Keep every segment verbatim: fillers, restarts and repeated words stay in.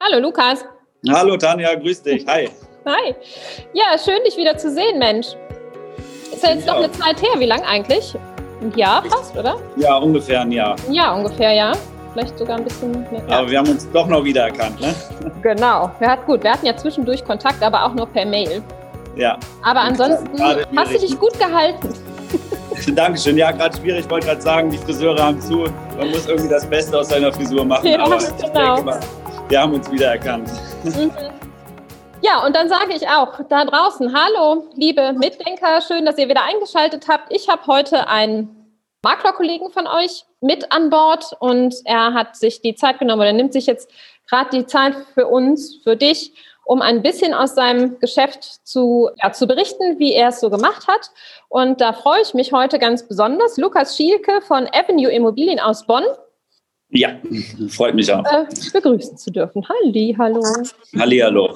Hallo Lukas. Hallo Tanja, grüß dich. Hi. Hi. Ja, schön dich wieder zu sehen, Mensch. Ist ja jetzt noch eine Zeit her. Wie lang eigentlich? Ein Jahr fast, oder? Ja, ungefähr ein Jahr. Ja, ungefähr, ja. Vielleicht sogar ein bisschen mehr. Ja. Aber wir haben uns doch noch wiedererkannt, ne? Genau. Wir hatten, gut, wir hatten ja zwischendurch Kontakt, aber auch nur per Mail. Ja. Aber ansonsten hast du dich gut gehalten. Dankeschön. Ja, gerade schwierig. Ich wollte gerade sagen, die Friseure haben zu. Man muss irgendwie das Beste aus seiner Frisur machen. Ja, aber genau. ich denke mal, wir haben uns wiedererkannt. Mhm. Ja, und dann sage ich auch da draußen, hallo, liebe Mitdenker, schön, dass ihr wieder eingeschaltet habt. Ich habe heute einen Maklerkollegen von euch mit an Bord und er hat sich die Zeit genommen oder nimmt sich jetzt gerade die Zeit für uns, für dich, um ein bisschen aus seinem Geschäft zu, ja, zu berichten, wie er es so gemacht hat. Und da freue ich mich heute ganz besonders. Lukas Schielke von Avenue Immobilien aus Bonn. Ja, freut mich auch. Äh, begrüßen zu dürfen. Halli, hallo. Halli, hallo.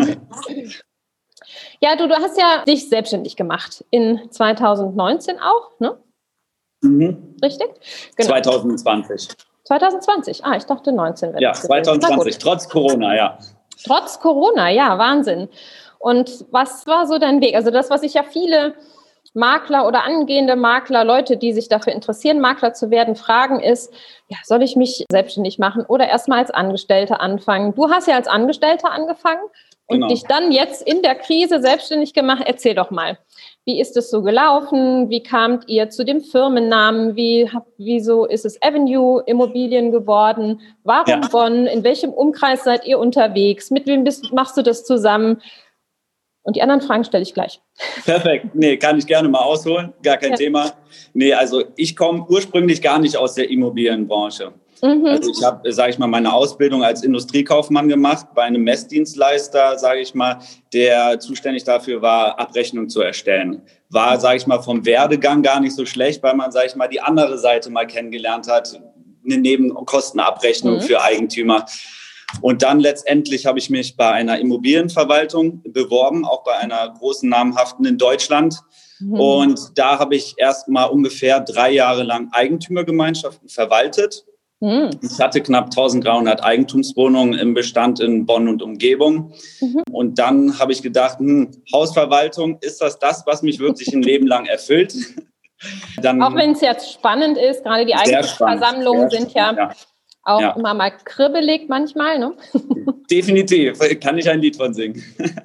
Ja, du, du hast ja dich selbstständig gemacht in zwanzig neunzehn auch, ne? Mhm. Richtig? Genau. zwanzig zwanzig. zwanzig zwanzig, ah, ich dachte neunzehn. Ja, zwanzig zwanzig, trotz Corona, ja. Trotz Corona, ja, Wahnsinn. Und was war so dein Weg? Also das, was sich ja viele Makler oder angehende Makler, Leute, die sich dafür interessieren, Makler zu werden, fragen ist, ja, soll ich mich selbstständig machen oder erstmal als Angestellte anfangen? Du hast ja als Angestellter angefangen und Genau. dich dann jetzt in der Krise selbstständig gemacht. Erzähl doch mal, wie ist es so gelaufen? Wie kamt ihr zu dem Firmennamen? Wie, wieso ist es Avenue Immobilien geworden? Warum Ja. Bonn? In welchem Umkreis seid ihr unterwegs? Mit wem bist, machst du das zusammen? Und die anderen Fragen stelle ich gleich. Perfekt. Nee, kann ich gerne mal ausholen. Gar kein Ja. Thema. Nee, also ich komme ursprünglich gar nicht aus der Immobilienbranche. Mhm. Also ich habe, sage ich mal, meine Ausbildung als Industriekaufmann gemacht bei einem Messdienstleister, sage ich mal, der zuständig dafür war, Abrechnung zu erstellen. War, sage ich mal, vom Werdegang gar nicht so schlecht, weil man, sage ich mal, die andere Seite mal kennengelernt hat, eine Nebenkostenabrechnung mhm. für Eigentümer. Und dann letztendlich habe ich mich bei einer Immobilienverwaltung beworben, auch bei einer großen namhaften in Deutschland. Mhm. Und da habe ich erst mal ungefähr drei Jahre lang Eigentümergemeinschaften verwaltet. Mhm. Ich hatte knapp dreizehnhundert Eigentumswohnungen im Bestand in Bonn und Umgebung. Mhm. Und dann habe ich gedacht, hm, Hausverwaltung, ist das das, was mich wirklich ein Leben lang erfüllt? Dann auch wenn es jetzt spannend ist, gerade die Eigentumsversammlungen sind ja, ja auch ja. immer mal kribbelig manchmal, ne? Definitiv, kann ich ein Lied von singen.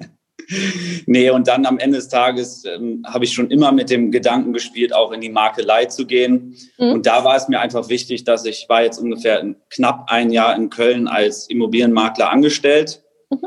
Nee, und dann am Ende des Tages ähm, habe ich schon immer mit dem Gedanken gespielt, auch in die Makelei zu gehen. Mhm. Und da war es mir einfach wichtig, dass ich war jetzt ungefähr knapp ein Jahr in Köln als Immobilienmakler angestellt. Mhm.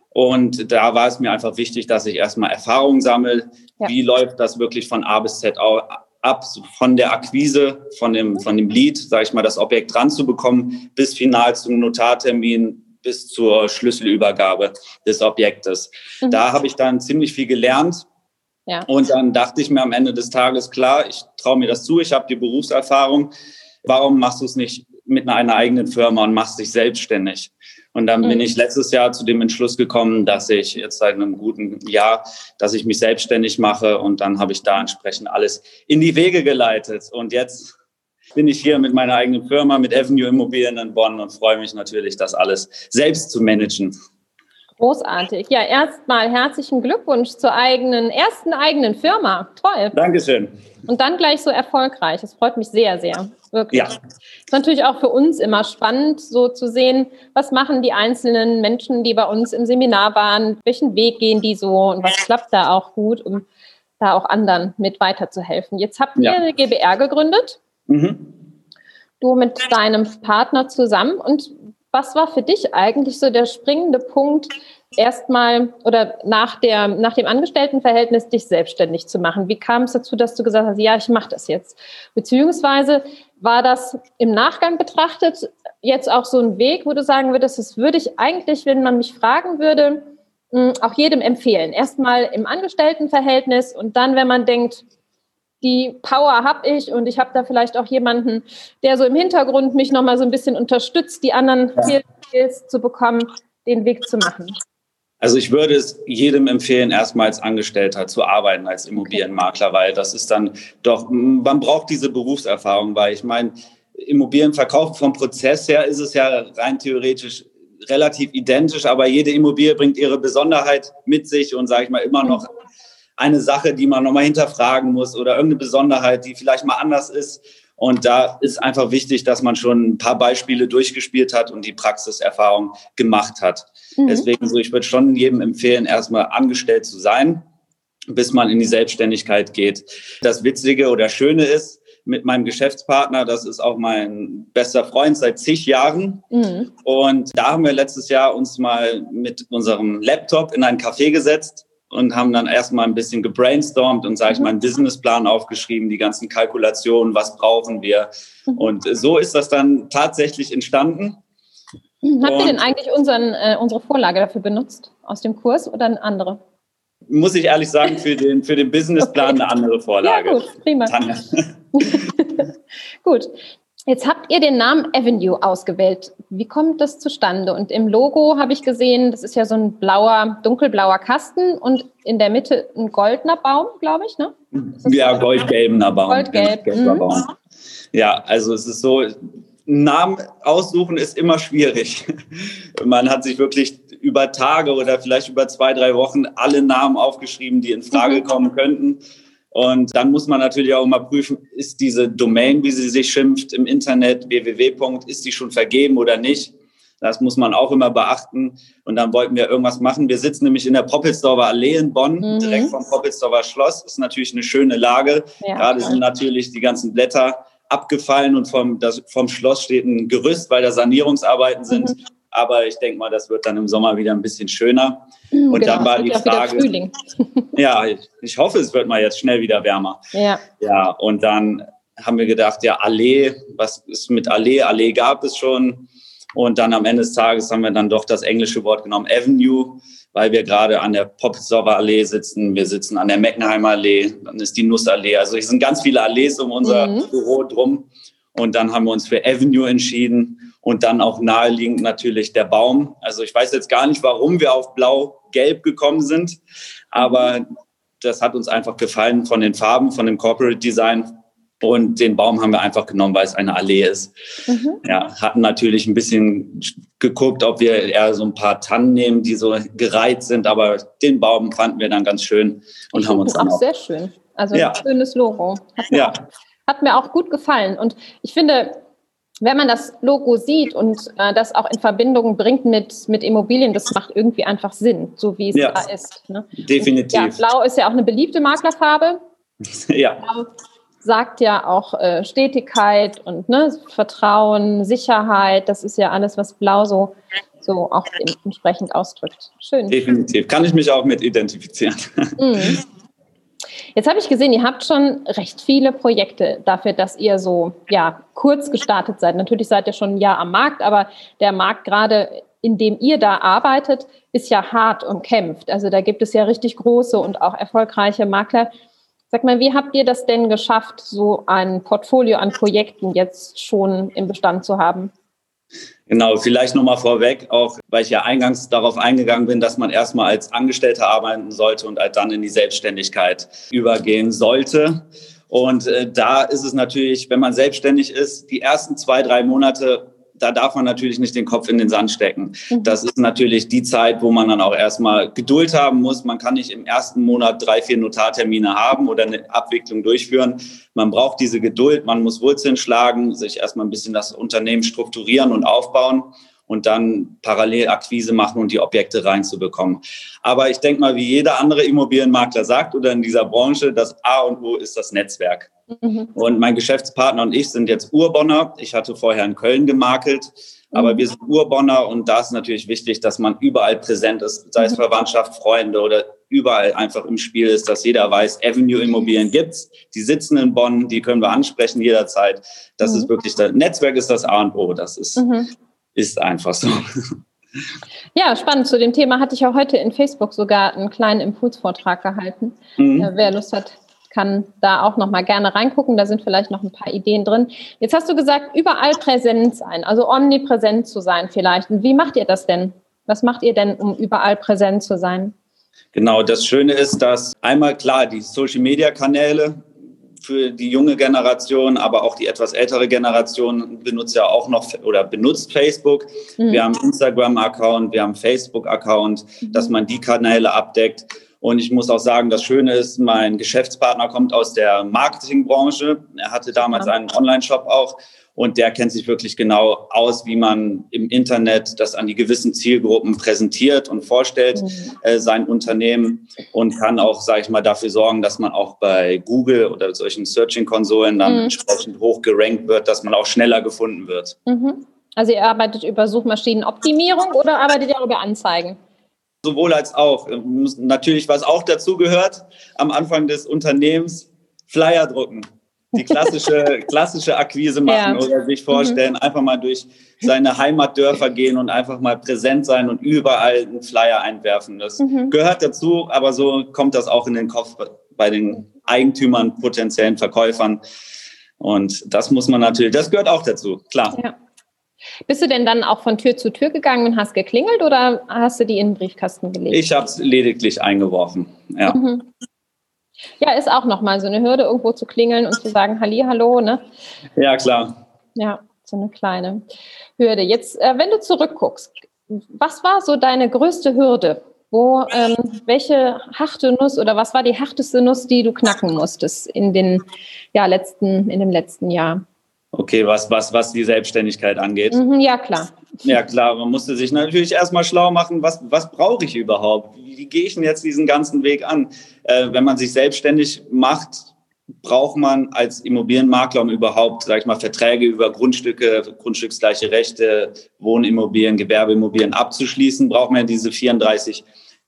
Und da war es mir einfach wichtig, dass ich erstmal Erfahrung sammle. Ja. Wie läuft das wirklich von A bis Z ab, von der Akquise, von dem, von dem Lead, sage ich mal, das Objekt ranzubekommen, bis final zum Notartermin, bis zur Schlüsselübergabe des Objektes. Mhm. Da habe ich dann ziemlich viel gelernt. Ja. Und dann dachte ich mir am Ende des Tages, klar, ich traue mir das zu, ich habe die Berufserfahrung. Warum machst du es nicht mit einer eigenen Firma und machst dich selbstständig? Und dann mhm. bin ich letztes Jahr zu dem Entschluss gekommen, dass ich jetzt seit einem guten Jahr, dass ich mich selbstständig mache. Und dann habe ich da entsprechend alles in die Wege geleitet. Und jetzt bin ich hier mit meiner eigenen Firma, mit Avenue Immobilien in Bonn und freue mich natürlich, das alles selbst zu managen. Großartig. Ja, erstmal herzlichen Glückwunsch zur eigenen, ersten eigenen Firma. Toll. Dankeschön. Und dann gleich so erfolgreich. Das freut mich sehr, sehr. Wirklich. Ja. Ist natürlich auch für uns immer spannend, so zu sehen, was machen die einzelnen Menschen, die bei uns im Seminar waren, welchen Weg gehen die so und was klappt da auch gut, um da auch anderen mit weiterzuhelfen. Jetzt habt ihr ja. eine G b R gegründet. Mhm. Du mit deinem Partner zusammen. Und was war für dich eigentlich so der springende Punkt, erstmal oder nach, der, nach dem Angestelltenverhältnis dich selbstständig zu machen? Wie kam es dazu, dass du gesagt hast, ja, ich mache das jetzt? Beziehungsweise war das im Nachgang betrachtet jetzt auch so ein Weg, wo du sagen würdest, das würde ich eigentlich, wenn man mich fragen würde, auch jedem empfehlen. Erstmal im Angestelltenverhältnis und dann, wenn man denkt, die Power habe ich und ich habe da vielleicht auch jemanden, der so im Hintergrund mich nochmal so ein bisschen unterstützt, die anderen ja. Skills zu bekommen, den Weg zu machen. Also ich würde es jedem empfehlen, erstmal als Angestellter zu arbeiten, als Immobilienmakler, weil das ist dann doch, man braucht diese Berufserfahrung, weil ich meine, Immobilienverkauf vom Prozess her ist es ja rein theoretisch relativ identisch, aber jede Immobilie bringt ihre Besonderheit mit sich und, sage ich mal, immer noch eine Sache, die man nochmal hinterfragen muss oder irgendeine Besonderheit, die vielleicht mal anders ist. Und da ist einfach wichtig, dass man schon ein paar Beispiele durchgespielt hat und die Praxiserfahrung gemacht hat. Mhm. Deswegen so, ich würde schon jedem empfehlen, erstmal angestellt zu sein, bis man in die Selbstständigkeit geht. Das Witzige oder Schöne ist, mit meinem Geschäftspartner, das ist auch mein bester Freund seit zig Jahren. Mhm. Und da haben wir letztes Jahr uns mal mit unserem Laptop in ein Café gesetzt und haben dann erstmal ein bisschen gebrainstormt und, sage ich mal, einen Businessplan aufgeschrieben, die ganzen Kalkulationen, was brauchen wir. Mhm. Und so ist das dann tatsächlich entstanden. Mhm. Habt ihr denn eigentlich unseren, äh, unsere Vorlage dafür benutzt, aus dem Kurs oder eine andere? Muss ich ehrlich sagen, für den, für den Businessplan okay. eine andere Vorlage. Ja, gut, prima. Gut, jetzt habt ihr den Namen Avenue ausgewählt. Wie kommt das zustande? Und im Logo habe ich gesehen, das ist ja so ein blauer, dunkelblauer Kasten und in der Mitte ein goldener Baum, glaube ich, ne? Ja, so? goldgelbener Baum. Goldgelb. Mhm. Baum. Ja, also es ist so, Namen aussuchen ist immer schwierig. Man hat sich wirklich über Tage oder vielleicht über zwei, drei Wochen alle Namen aufgeschrieben, die in Frage mhm. kommen könnten. Und dann muss man natürlich auch mal prüfen, ist diese Domain, wie sie sich schimpft, im Internet, w w w. Ist die schon vergeben oder nicht? Das muss man auch immer beachten. Und dann wollten wir irgendwas machen. Wir sitzen nämlich in der Poppelsdorfer Allee in Bonn, mhm. direkt vom Poppelsdorfer Schloss. Ist natürlich eine schöne Lage. Ja, Gerade klar. sind natürlich die ganzen Blätter abgefallen und vom, das, vom Schloss steht ein Gerüst, weil da Sanierungsarbeiten sind. Mhm. Aber ich denke mal, das wird dann im Sommer wieder ein bisschen schöner. Mhm, und genau, dann war die Frage, ja, ich, ich hoffe, es wird mal jetzt schnell wieder wärmer. Ja. Ja, und dann haben wir gedacht, ja, Allee, was ist mit Allee? Allee gab es schon. Und dann am Ende des Tages haben wir dann doch das englische Wort genommen, Avenue, weil wir gerade an der Poppelsdorfer Allee sitzen. Wir sitzen an der Meckenheimer Allee, dann ist die Nussallee. Also es sind ganz viele Allees um unser mhm. Büro drum. Und dann haben wir uns für Avenue entschieden und dann auch naheliegend natürlich der Baum. Also ich weiß jetzt gar nicht, warum wir auf Blau-Gelb gekommen sind, aber das hat uns einfach gefallen von den Farben, von dem Corporate Design. Und den Baum haben wir einfach genommen, weil es eine Allee ist. Mhm. Ja, hatten natürlich ein bisschen geguckt, ob wir eher so ein paar Tannen nehmen, die so gereiht sind. Aber den Baum fanden wir dann ganz schön und ich haben uns dann auch, auch sehr schön. Also ja. ein schönes Logo. Hat mir, ja. auch, hat mir auch gut gefallen. Und ich finde, wenn man das Logo sieht und äh, das auch in Verbindung bringt mit, mit Immobilien, das macht irgendwie einfach Sinn, so wie es ja. da ist. Ne? Definitiv. Und, ja, Blau ist ja auch eine beliebte Maklerfarbe. Ja. Blau sagt ja auch äh, Stetigkeit und ne, Vertrauen, Sicherheit. Das ist ja alles, was Blau so, so auch entsprechend ausdrückt. Schön. Definitiv. Kann ich mich auch mit identifizieren. Mhm. Jetzt habe ich gesehen, ihr habt schon recht viele Projekte dafür, dass ihr so ja, kurz gestartet seid. Natürlich seid ihr schon ein Jahr am Markt, aber der Markt gerade, in dem ihr da arbeitet, ist ja hart umkämpft. Also da gibt es ja richtig große und auch erfolgreiche Makler. Sag mal, wie habt ihr das denn geschafft, so ein Portfolio an Projekten jetzt schon im Bestand zu haben? Genau, vielleicht nochmal vorweg, auch weil ich ja eingangs darauf eingegangen bin, dass man erstmal als Angestellter arbeiten sollte und halt dann in die Selbstständigkeit übergehen sollte. Und äh, da ist es natürlich, wenn man selbstständig ist, die ersten zwei, drei Monate, da darf man natürlich nicht den Kopf in den Sand stecken. Mhm. Das ist natürlich die Zeit, wo man dann auch erstmal Geduld haben muss. Man kann nicht im ersten Monat drei, vier Notartermine haben oder eine Abwicklung durchführen. Man braucht diese Geduld, man muss Wurzeln schlagen, sich erstmal ein bisschen das Unternehmen strukturieren und aufbauen und dann parallel Akquise machen und die Objekte reinzubekommen. Aber ich denke mal, wie jeder andere Immobilienmakler sagt oder in dieser Branche, das A und O ist das Netzwerk. Mhm. Und mein Geschäftspartner und ich sind jetzt Urbonner. Ich hatte vorher in Köln gemakelt, mhm. aber wir sind Urbonner und da ist natürlich wichtig, dass man überall präsent ist, sei es mhm. Verwandtschaft, Freunde oder überall einfach im Spiel ist, dass jeder weiß, Avenue Immobilien gibt's, die sitzen in Bonn, die können wir ansprechen jederzeit. Das mhm. ist wirklich, das Netzwerk ist das A und O, das ist, mhm. ist einfach so. Ja, spannend. Zu dem Thema hatte ich auch heute in Facebook sogar einen kleinen Impulsvortrag gehalten. Mhm. Äh, wer Lust hat, kann da auch noch mal gerne reingucken. Da sind vielleicht noch ein paar Ideen drin. Jetzt hast du gesagt, überall präsent sein, also omnipräsent zu sein vielleicht. Und wie macht ihr das denn? Was macht ihr denn, um überall präsent zu sein? Genau, das Schöne ist, dass einmal klar die Social-Media-Kanäle, für die junge Generation, aber auch die etwas ältere Generation benutzt ja auch noch oder benutzt Facebook. Mhm. Wir haben einen Instagram-Account, wir haben einen Facebook-Account, mhm. dass man die Kanäle abdeckt. Und ich muss auch sagen, das Schöne ist, mein Geschäftspartner kommt aus der Marketingbranche. Er hatte damals einen Online-Shop auch und der kennt sich wirklich genau aus, wie man im Internet das an die gewissen Zielgruppen präsentiert und vorstellt, mhm. äh, sein Unternehmen, und kann auch, sage ich mal, dafür sorgen, dass man auch bei Google oder solchen Searching-Konsolen dann mhm. entsprechend hoch gerankt wird, dass man auch schneller gefunden wird. Mhm. Also ihr arbeitet über Suchmaschinenoptimierung oder arbeitet ihr über Anzeigen? Sowohl als auch. Natürlich, was auch dazu gehört, am Anfang des Unternehmens Flyer drucken. Die klassische, klassische Akquise machen, ja. oder sich vorstellen, mhm. einfach mal durch seine Heimatdörfer gehen und einfach mal präsent sein und überall einen Flyer einwerfen. Das mhm. gehört dazu, aber so kommt das auch in den Kopf bei den Eigentümern, potenziellen Verkäufern. Und das muss man natürlich, das gehört auch dazu, klar. Ja. Bist du denn dann auch von Tür zu Tür gegangen und hast geklingelt oder hast du die in den Briefkasten gelegt? Ich habe es lediglich eingeworfen, ja. Mhm. Ja, ist auch nochmal so eine Hürde, irgendwo zu klingeln und zu sagen, Halli, hallo, ne? Ja, klar. Ja, so eine kleine Hürde. Jetzt, äh, wenn du zurückguckst, was war so deine größte Hürde? Wo, ähm, welche harte Nuss oder was war die härteste Nuss, die du knacken musstest in den, ja, letzten, in dem letzten Jahr? Okay, was, was, was die Selbstständigkeit angeht. Mhm, ja, klar. Ja, klar. Man musste sich natürlich erstmal schlau machen, was, was brauche ich überhaupt? Wie, wie gehe ich denn jetzt diesen ganzen Weg an? Äh, wenn man sich selbstständig macht, braucht man als Immobilienmakler, um überhaupt, sag ich mal, Verträge über Grundstücke, grundstücksgleiche Rechte, Wohnimmobilien, Gewerbeimmobilien abzuschließen, braucht man diese vierunddreißig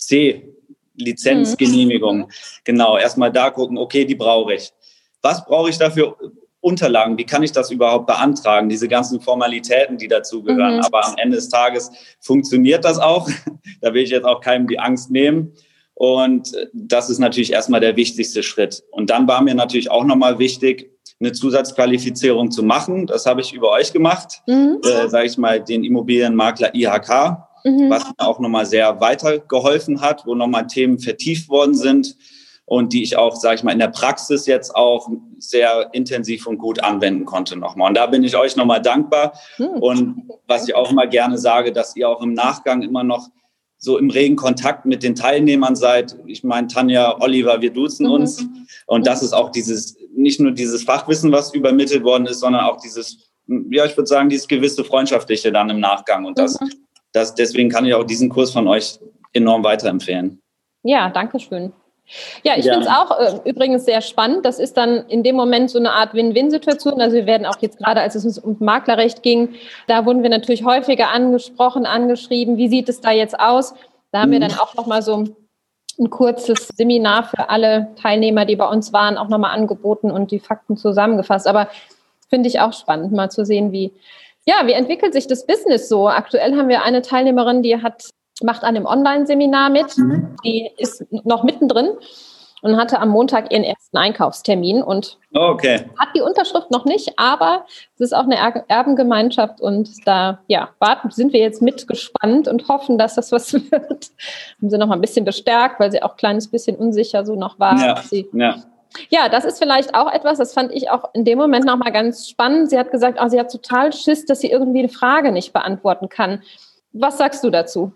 c Lizenzgenehmigung. Mhm. Genau, erstmal da gucken, okay, die brauche ich. Was brauche ich dafür? Unterlagen, wie kann ich das überhaupt beantragen, diese ganzen Formalitäten, die dazugehören. Mhm. Aber am Ende des Tages funktioniert das auch. Da will ich jetzt auch keinem die Angst nehmen. Und das ist natürlich erstmal der wichtigste Schritt. Und dann war mir natürlich auch nochmal wichtig, eine Zusatzqualifizierung zu machen. Das habe ich über euch gemacht, mhm. äh, sage ich mal, den Immobilienmakler I H K, mhm. was mir auch nochmal sehr weitergeholfen hat, wo nochmal Themen vertieft worden sind. Und die ich auch, sage ich mal, in der Praxis jetzt auch sehr intensiv und gut anwenden konnte nochmal. Und da bin ich euch nochmal dankbar. Hm. Und was ich auch immer gerne sage, dass ihr auch im Nachgang immer noch so im regen Kontakt mit den Teilnehmern seid. Ich meine, Tanja, Oliver, wir duzen mhm. uns. Und das ist auch dieses, nicht nur dieses Fachwissen, was übermittelt worden ist, sondern auch dieses, ja, ich würde sagen, dieses gewisse Freundschaftliche dann im Nachgang. Und das, mhm. das, deswegen kann ich auch diesen Kurs von euch enorm weiterempfehlen. Ja, danke schön. Ja, ich ja. finde es auch äh, übrigens sehr spannend. Das ist dann in dem Moment so eine Art Win-Win-Situation. Also wir werden auch jetzt gerade, als es uns um Maklerrecht ging, da wurden wir natürlich häufiger angesprochen, angeschrieben. Wie sieht es da jetzt aus? Da haben mhm. wir dann auch nochmal so ein kurzes Seminar für alle Teilnehmer, die bei uns waren, auch nochmal angeboten und die Fakten zusammengefasst. Aber finde ich auch spannend, mal zu sehen, wie, ja, wie entwickelt sich das Business so? Aktuell haben wir eine Teilnehmerin, die hat macht an einem Online-Seminar mit. Mhm. Die ist noch mittendrin und hatte am Montag ihren ersten Einkaufstermin und okay. hat die Unterschrift noch nicht, aber es ist auch eine Er- Erbengemeinschaft und da ja, warten, sind wir jetzt mitgespannt und hoffen, dass das was wird. Haben sie noch mal ein bisschen bestärkt, weil sie auch ein kleines bisschen unsicher so noch war. Ja, sie, ja. ja, das ist vielleicht auch etwas, das fand ich auch in dem Moment noch mal ganz spannend. Sie hat gesagt, oh, sie hat total Schiss, dass sie irgendwie eine Frage nicht beantworten kann. Was sagst du dazu?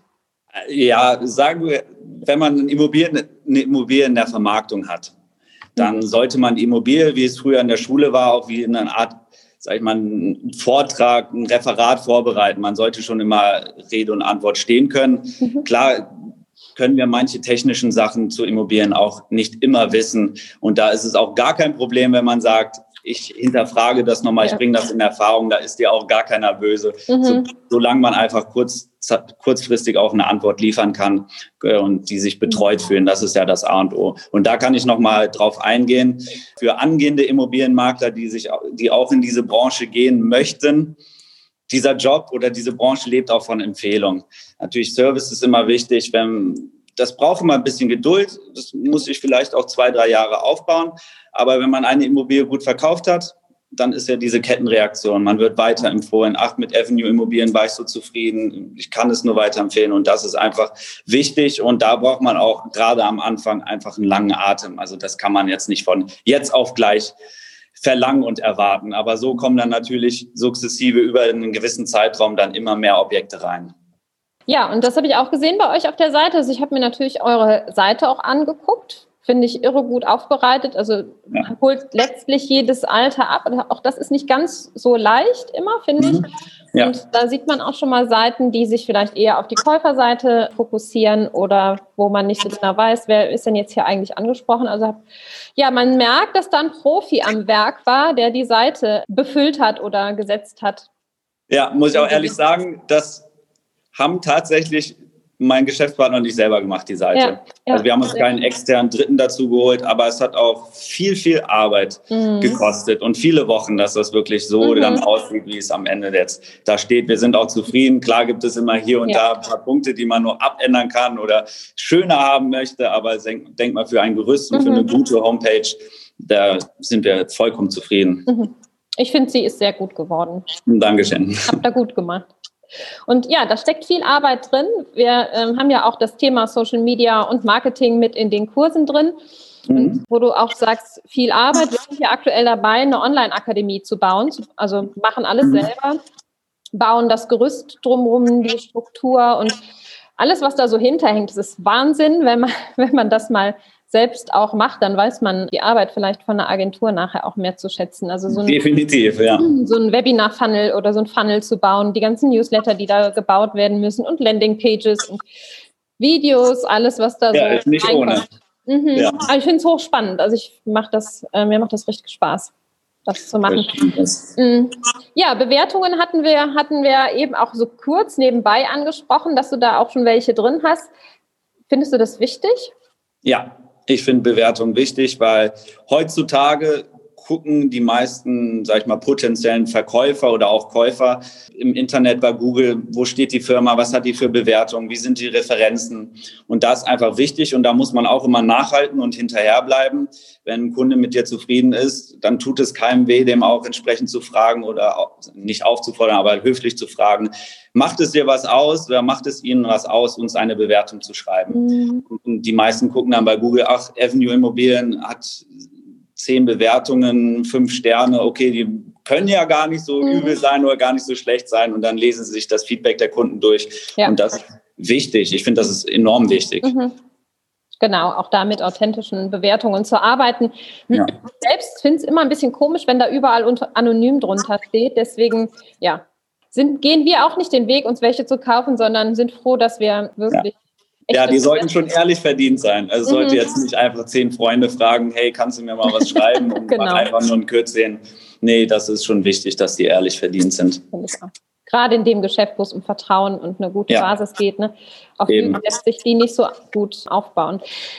Ja, sagen wir, wenn man eine Immobilie, eine Immobilie in der Vermarktung hat, dann sollte man die Immobilie, wie es früher in der Schule war, auch wie in einer Art, sag ich mal, einen Vortrag, ein Referat vorbereiten. Man sollte schon immer Rede und Antwort stehen können. Mhm. Klar können wir manche technischen Sachen zu Immobilien auch nicht immer wissen. Und da ist es auch gar kein Problem, wenn man sagt, ich hinterfrage das nochmal, ja. ich bringe das in Erfahrung, da ist dir auch gar keiner böse. Mhm. So, solange man einfach kurz, kurzfristig auch eine Antwort liefern kann äh, und die sich betreut mhm. fühlen, das ist ja das A und O. Und da kann ich nochmal drauf eingehen. Für angehende Immobilienmakler, die sich, die auch in diese Branche gehen möchten, dieser Job oder diese Branche lebt auch von Empfehlung. Natürlich, Service ist immer wichtig, wenn das braucht immer ein bisschen Geduld. Das muss ich vielleicht auch zwei, drei Jahre aufbauen. Aber wenn man eine Immobilie gut verkauft hat, dann ist ja diese Kettenreaktion. Man wird weiterempfohlen. Ach, mit Avenue Immobilien war ich so zufrieden. Ich kann es nur weiterempfehlen. Und das ist einfach wichtig. Und da braucht man auch gerade am Anfang einfach einen langen Atem. Also das kann man jetzt nicht von jetzt auf gleich verlangen und erwarten. Aber so kommen dann natürlich sukzessive über einen gewissen Zeitraum dann immer mehr Objekte rein. Ja, und das habe ich auch gesehen bei euch auf der Seite. Also ich habe mir natürlich eure Seite auch angeguckt. Finde ich irre gut aufbereitet. Also ja. Holt letztlich jedes Alter ab. Auch das ist nicht ganz so leicht immer, finde ich. Ja. Und da sieht man auch schon mal Seiten, die sich vielleicht eher auf die Käuferseite fokussieren oder wo man nicht so genau weiß, wer ist denn jetzt hier eigentlich angesprochen. Also ja, man merkt, dass da ein Profi am Werk war, der die Seite befüllt hat oder gesetzt hat. Ja, muss ich auch ehrlich sagen, das haben tatsächlich mein Geschäftspartner und ich selber gemacht, die Seite. Ja, ja, also wir haben uns keinen externen Dritten dazu geholt, aber es hat auch viel, viel Arbeit mhm. gekostet und viele Wochen, dass das wirklich so mhm. dann aussieht, wie es am Ende jetzt da steht. Wir sind auch zufrieden. Klar gibt es immer hier und ja. da ein paar Punkte, die man nur abändern kann oder schöner haben möchte, aber denk, denk mal für ein Gerüst und mhm. für eine gute Homepage, da sind wir vollkommen zufrieden. Mhm. Ich finde, sie ist sehr gut geworden. Dankeschön. Habt ihr gut gemacht. Und ja, da steckt viel Arbeit drin. Wir ähm, haben ja auch das Thema Social Media und Marketing mit in den Kursen drin. Mhm. Und wo du auch sagst, viel Arbeit. Wir sind hier aktuell dabei, eine Online-Akademie zu bauen. Also machen alles mhm. selber, bauen das Gerüst drumherum, die Struktur und alles, was da so hinterhängt. Das ist Wahnsinn, wenn man, wenn man das mal selbst auch macht, dann weiß man die Arbeit vielleicht von einer Agentur nachher auch mehr zu schätzen. Also so ein, definitiv, ja. So ein Webinar-Funnel oder so ein Funnel zu bauen, die ganzen Newsletter, die da gebaut werden müssen und Landingpages und Videos, alles, was da ja, so ist nicht reinkommt. Ohne. Mhm. Ja. Aber ich finde es hochspannend. Also ich mache das, äh, mir macht das richtig Spaß, das zu machen. Das mhm. Ja, Bewertungen hatten wir, hatten wir eben auch so kurz nebenbei angesprochen, dass du da auch schon welche drin hast. Findest du das wichtig? Ja. Ich finde Bewertung wichtig, weil heutzutage gucken die meisten, sag ich mal, potenziellen Verkäufer oder auch Käufer im Internet bei Google, wo steht die Firma, was hat die für Bewertungen, wie sind die Referenzen? Und das ist einfach wichtig und da muss man auch immer nachhalten und hinterherbleiben. Wenn ein Kunde mit dir zufrieden ist, dann tut es keinem weh, dem auch entsprechend zu fragen oder auch nicht aufzufordern, aber höflich zu fragen, macht es dir was aus oder macht es Ihnen was aus, uns eine Bewertung zu schreiben? Mhm. Und die meisten gucken dann bei Google, ach, Avenue Immobilien hat zehn Bewertungen, fünf Sterne, okay, die können ja gar nicht so mhm. übel sein oder gar nicht so schlecht sein und dann lesen sie sich das Feedback der Kunden durch ja. und das ist wichtig. Ich finde, das ist enorm wichtig. Mhm. Genau, auch da mit authentischen Bewertungen zu arbeiten. Ja. Ich selbst finde es immer ein bisschen komisch, wenn da überall unter anonym drunter steht, deswegen, ja, sind, gehen wir auch nicht den Weg, uns welche zu kaufen, sondern sind froh, dass wir wirklich... Ja. Ja, die sollten schon ehrlich verdient sein. Also mhm. sollte jetzt nicht einfach zehn Freunde fragen, hey, kannst du mir mal was schreiben und genau. einfach nur ein Kürzchen. Nee, das ist schon wichtig, dass die ehrlich verdient sind. Gerade in dem Geschäft, wo es um Vertrauen und eine gute ja. Basis geht, ne? Auf die lässt sich die nicht so gut aufbauen.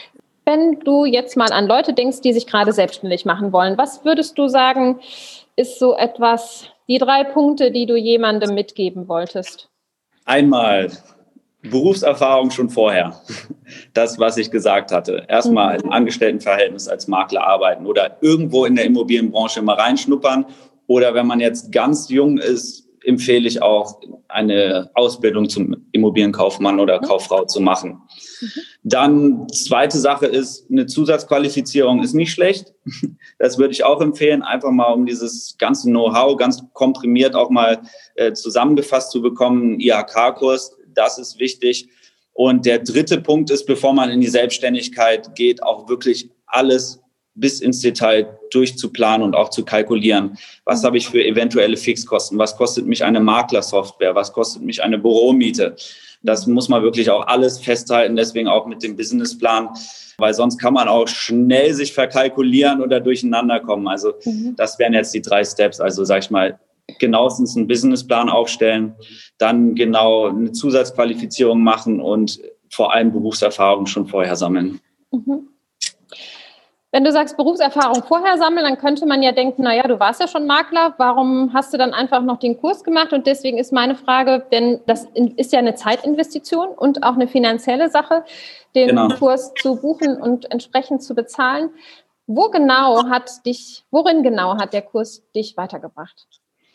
Wenn du jetzt mal an Leute denkst, die sich gerade selbstständig machen wollen, was würdest du sagen, ist so etwas, die drei Punkte, die du jemandem mitgeben wolltest? Einmal Berufserfahrung schon vorher. Das, was ich gesagt hatte. Erstmal mhm. im Angestelltenverhältnis als Makler arbeiten oder irgendwo in der Immobilienbranche mal reinschnuppern. Oder wenn man jetzt ganz jung ist, empfehle ich auch, eine Ausbildung zum Immobilienkaufmann oder Kauffrau zu machen. Mhm. Dann, zweite Sache ist, eine Zusatzqualifizierung ist nicht schlecht. Das würde ich auch empfehlen, einfach mal um dieses ganze Know-how ganz komprimiert auch mal äh, zusammengefasst zu bekommen, I H K-Kurs. Das ist wichtig. Und der dritte Punkt ist, bevor man in die Selbstständigkeit geht, auch wirklich alles bis ins Detail durchzuplanen und auch zu kalkulieren. Was mhm. habe ich für eventuelle Fixkosten? Was kostet mich eine Maklersoftware? Was kostet mich eine Büromiete? Das muss man wirklich auch alles festhalten, deswegen auch mit dem Businessplan, weil sonst kann man auch schnell sich verkalkulieren oder durcheinander kommen. Also mhm. das wären jetzt die drei Steps. Also sag ich mal, genauestens einen Businessplan aufstellen, dann genau eine Zusatzqualifizierung machen und vor allem Berufserfahrung schon vorher sammeln. Mhm. Wenn du sagst Berufserfahrung vorher sammeln, dann könnte man ja denken, naja, du warst ja schon Makler, warum hast du dann einfach noch den Kurs gemacht? Und deswegen ist meine Frage, denn das ist ja eine Zeitinvestition und auch eine finanzielle Sache, den genau. Kurs zu buchen und entsprechend zu bezahlen. Wo genau hat dich, worin genau hat der Kurs dich weitergebracht?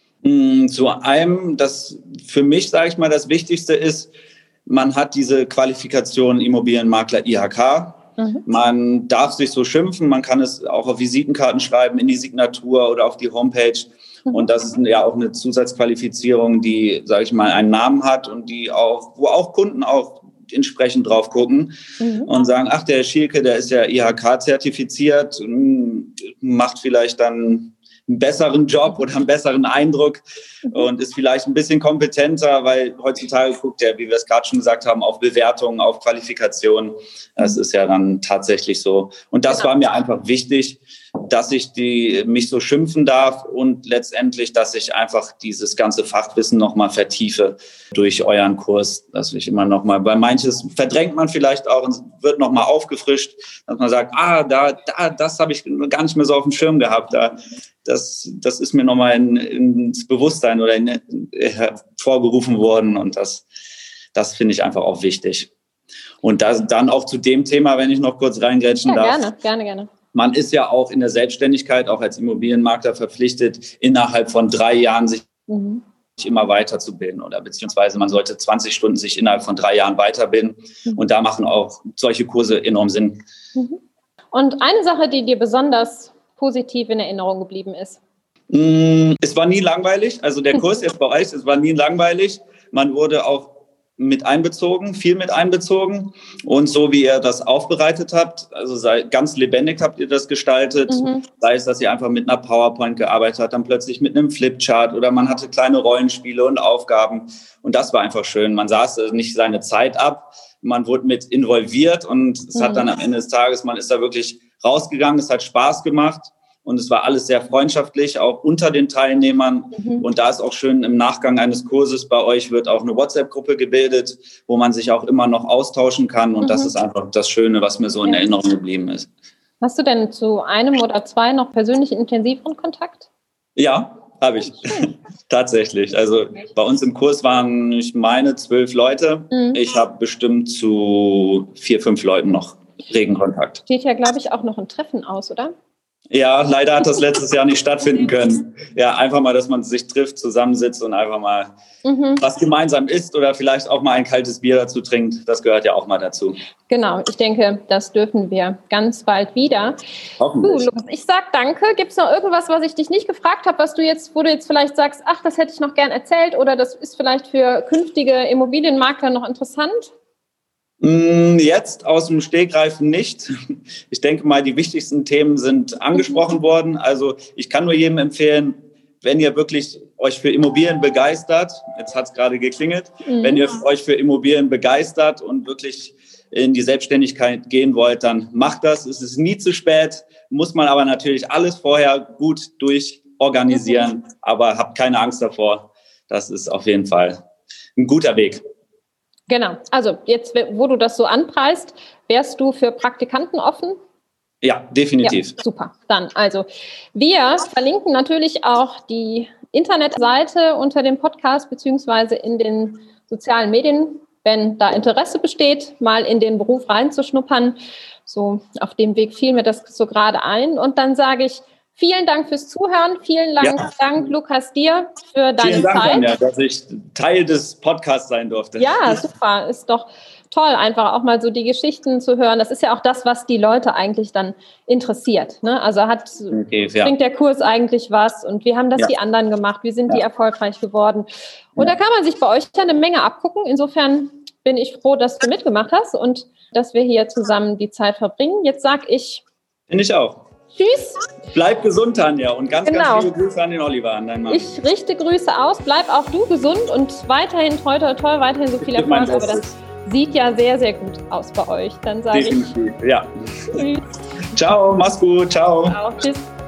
Zu einem, das für mich, sage ich mal, das Wichtigste ist, man hat diese Qualifikation Immobilienmakler I H K. Mhm. Man darf sich so schimpfen, man kann es auch auf Visitenkarten schreiben, in die Signatur oder auf die Homepage. Mhm. Und das ist ja auch eine Zusatzqualifizierung, die, sage ich mal, einen Namen hat und die auch, wo auch Kunden auch entsprechend drauf gucken mhm. und sagen, ach, der Schielke, der ist ja I H K-zertifiziert, macht vielleicht dann einen besseren Job oder einen besseren Eindruck und ist vielleicht ein bisschen kompetenter, weil heutzutage guckt er, wie wir es gerade schon gesagt haben, auf Bewertungen, auf Qualifikationen. Das ist ja dann tatsächlich so. Und das war mir einfach wichtig, dass ich die, mich so schimpfen darf und letztendlich, dass ich einfach dieses ganze Fachwissen nochmal vertiefe durch euren Kurs, dass ich immer nochmal, weil manches verdrängt man vielleicht auch und wird nochmal aufgefrischt, dass man sagt, ah, da, da, das habe ich gar nicht mehr so auf dem Schirm gehabt, da, das, das ist mir nochmal in, ins Bewusstsein oder in, hervorgerufen worden und das, das finde ich einfach auch wichtig. Und das, dann auch zu dem Thema, wenn ich noch kurz reingrätschen ja, darf. Gerne, gerne, gerne. Man ist ja auch in der Selbstständigkeit, auch als Immobilienmakler verpflichtet, innerhalb von drei Jahren sich mhm. immer weiterzubilden oder beziehungsweise man sollte zwanzig Stunden sich innerhalb von drei Jahren weiterbilden. Mhm. Und da machen auch solche Kurse enorm Sinn. Mhm. Und eine Sache, die dir besonders positiv in Erinnerung geblieben ist? Es war nie langweilig. Also der Kurs jetzt bei euch, es war nie langweilig. Man wurde auch mit einbezogen, viel mit einbezogen. Und so wie ihr das aufbereitet habt, also sei, ganz lebendig habt ihr das gestaltet, mhm. sei es, dass ihr einfach mit einer PowerPoint gearbeitet habt, dann plötzlich mit einem Flipchart oder man hatte kleine Rollenspiele und Aufgaben. Und das war einfach schön. Man saß also nicht seine Zeit ab, man wurde mit involviert und es mhm. hat dann am Ende des Tages, man ist da wirklich rausgegangen, es hat Spaß gemacht. Und es war alles sehr freundschaftlich, auch unter den Teilnehmern. Mhm. Und da ist auch schön, im Nachgang eines Kurses bei euch wird auch eine WhatsApp-Gruppe gebildet, wo man sich auch immer noch austauschen kann. Und mhm. das ist einfach das Schöne, was mir so in ja. Erinnerung geblieben ist. Hast du denn zu einem oder zwei noch persönlich intensiveren Kontakt? Ja, habe ich. Tatsächlich. Also bei uns im Kurs waren, ich meine, zwölf Leute. Mhm. Ich habe bestimmt zu vier, fünf Leuten noch regen Kontakt. Steht ja, glaube ich, auch noch ein Treffen aus, oder? Ja, leider hat das letztes Jahr nicht stattfinden können. Ja, einfach mal, dass man sich trifft, zusammensitzt und einfach mal mhm. was gemeinsam isst oder vielleicht auch mal ein kaltes Bier dazu trinkt. Das gehört ja auch mal dazu. Genau, ich denke, das dürfen wir ganz bald wieder. Hoffentlich. Du, ich sag danke. Gibt es noch irgendwas, was ich dich nicht gefragt habe, was du jetzt, wo du jetzt vielleicht sagst, ach, das hätte ich noch gern erzählt oder das ist vielleicht für künftige Immobilienmakler noch interessant? Jetzt aus dem Stegreif nicht. Ich denke mal, die wichtigsten Themen sind angesprochen worden. Also ich kann nur jedem empfehlen, wenn ihr wirklich euch für Immobilien begeistert, jetzt hat es gerade geklingelt, mhm. wenn ihr euch für Immobilien begeistert und wirklich in die Selbstständigkeit gehen wollt, dann macht das. Es ist nie zu spät, muss man aber natürlich alles vorher gut durchorganisieren, mhm. aber habt keine Angst davor. Das ist auf jeden Fall ein guter Weg. Genau, also jetzt, wo du das so anpreist, wärst du für Praktikanten offen? Ja, definitiv. Ja, super, dann also wir verlinken natürlich auch die Internetseite unter dem Podcast beziehungsweise in den sozialen Medien, wenn da Interesse besteht, mal in den Beruf reinzuschnuppern. So auf dem Weg fiel mir das so gerade ein und dann sage ich, vielen Dank fürs Zuhören. Vielen Dank, ja. Dank, Lukas, dir für deine Vielen Dank, Zeit. Anja, dass ich Teil des Podcasts sein durfte. Ja, super. Ist doch toll, einfach auch mal so die Geschichten zu hören. Das ist ja auch das, was die Leute eigentlich dann interessiert. Ne? Also hat, okay, ja. bringt der Kurs eigentlich was? Und wie haben das ja. die anderen gemacht? Wie sind ja. die erfolgreich geworden? Und ja. da kann man sich bei euch ja eine Menge abgucken. Insofern bin ich froh, dass du mitgemacht hast und dass wir hier zusammen die Zeit verbringen. Jetzt sage ich... Finde ich auch. Tschüss. Bleib gesund, Tanja, und ganz, genau. ganz liebe Grüße an den Oliver, an deinen Mann. Ich richte Grüße aus. Bleib auch du gesund und weiterhin toi, toi, toi, weiterhin so viel Erfolg. Aber das sieht ja sehr, sehr gut aus bei euch. Dann sage ich... Ja. Tschüss. Ciao, mach's gut. Ciao. Ciao. Tschüss.